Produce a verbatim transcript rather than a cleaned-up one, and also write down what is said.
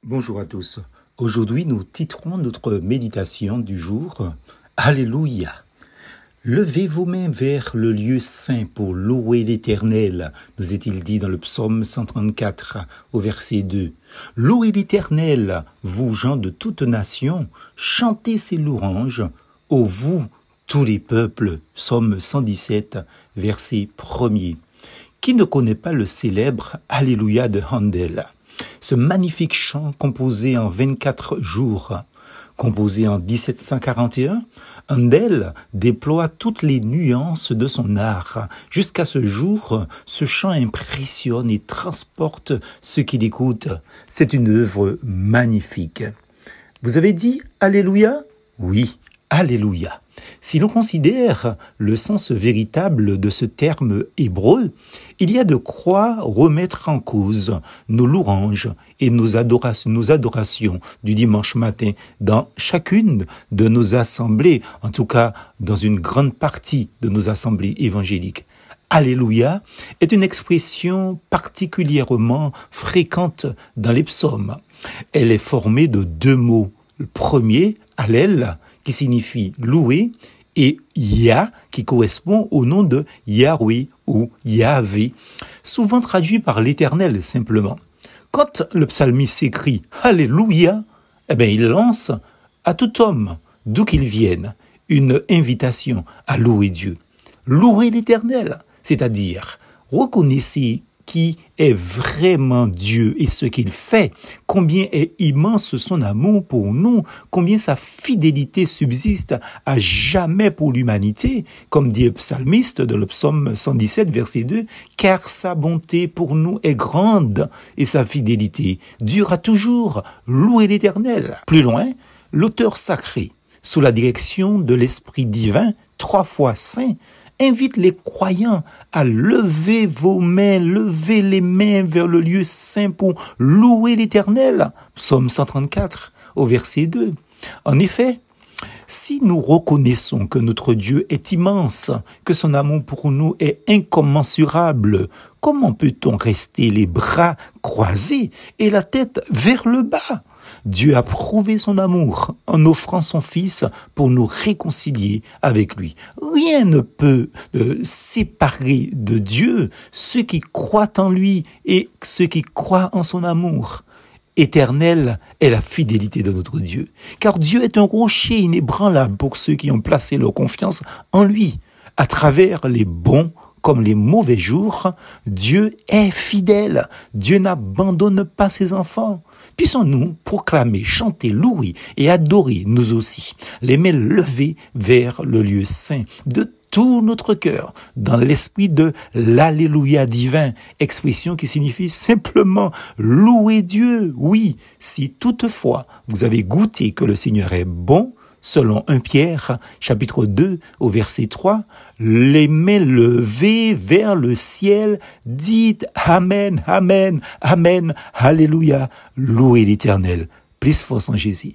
Bonjour à tous. Aujourd'hui, nous titrons notre méditation du jour « Alléluia ». Levez vos mains vers le lieu saint pour louer l'Éternel, nous est-il dit dans le psaume cent trente-quatre, au verset deux. Louez l'Éternel, vous gens de toute nation, chantez ses louanges, ô vous, tous les peuples, psaume cent dix-sept, verset premier. Qui ne connaît pas le célèbre « Alléluia » de Handel ? Ce magnifique chant composé en vingt-quatre jours, composé en dix-sept cent quarante et un, Handel déploie toutes les nuances de son art. Jusqu'à ce jour, ce chant impressionne et transporte ceux qui l'écoutent. C'est une œuvre magnifique. Vous avez dit « Alléluia » ? Oui, « Alléluia ». Si l'on considère le sens véritable de ce terme hébreu, il y a de quoi remettre en cause nos louanges et nos adorations, nos adorations du dimanche matin dans chacune de nos assemblées, en tout cas dans une grande partie de nos assemblées évangéliques. Alléluia est une expression particulièrement fréquente dans les psaumes. Elle est formée de deux mots. Le premier, Hallel, qui signifie louer, et Yah, qui correspond au nom de Yahweh ou Yahvé, souvent traduit par l'Éternel simplement. Quand le psalmiste s'écrit « Alléluia », eh bien, il lance à tout homme, d'où qu'il vienne, une invitation à louer Dieu. Louer l'Éternel, c'est-à-dire reconnaissez qui est vraiment Dieu et ce qu'il fait, combien est immense son amour pour nous, combien sa fidélité subsiste à jamais pour l'humanité, comme dit le psalmiste de le psaume cent dix-sept, verset deux, « Car sa bonté pour nous est grande et sa fidélité dure à toujours, louez l'Éternel ». Plus loin, l'auteur sacré, sous la direction de l'Esprit divin, trois fois saint, invite les croyants à lever vos mains, lever les mains vers le lieu saint pour louer l'Éternel. Psaume cent trente-quatre, au verset deux. En effet, si nous reconnaissons que notre Dieu est immense, que son amour pour nous est incommensurable, comment peut-on rester les bras croisés et la tête vers le bas ? Dieu a prouvé son amour en offrant son Fils pour nous réconcilier avec lui. Rien ne peut euh, séparer de Dieu ceux qui croient en lui et ceux qui croient en son amour. Éternelle est la fidélité de notre Dieu, car Dieu est un rocher inébranlable pour ceux qui ont placé leur confiance en lui. À travers les bons comme les mauvais jours, Dieu est fidèle. Dieu n'abandonne pas ses enfants. Puissons-nous proclamer, chanter, louer et adorer, nous aussi, les mains levées vers le lieu saint de tout notre cœur, dans l'esprit de l'Alléluia divin, expression qui signifie simplement louer Dieu. Oui, si toutefois vous avez goûté que le Seigneur est bon, selon premier Pierre, chapitre deux, au verset trois, les mains levées vers le ciel, dites Amen, Amen, Amen, Alléluia, louez l'Éternel. Plus force en Jésus.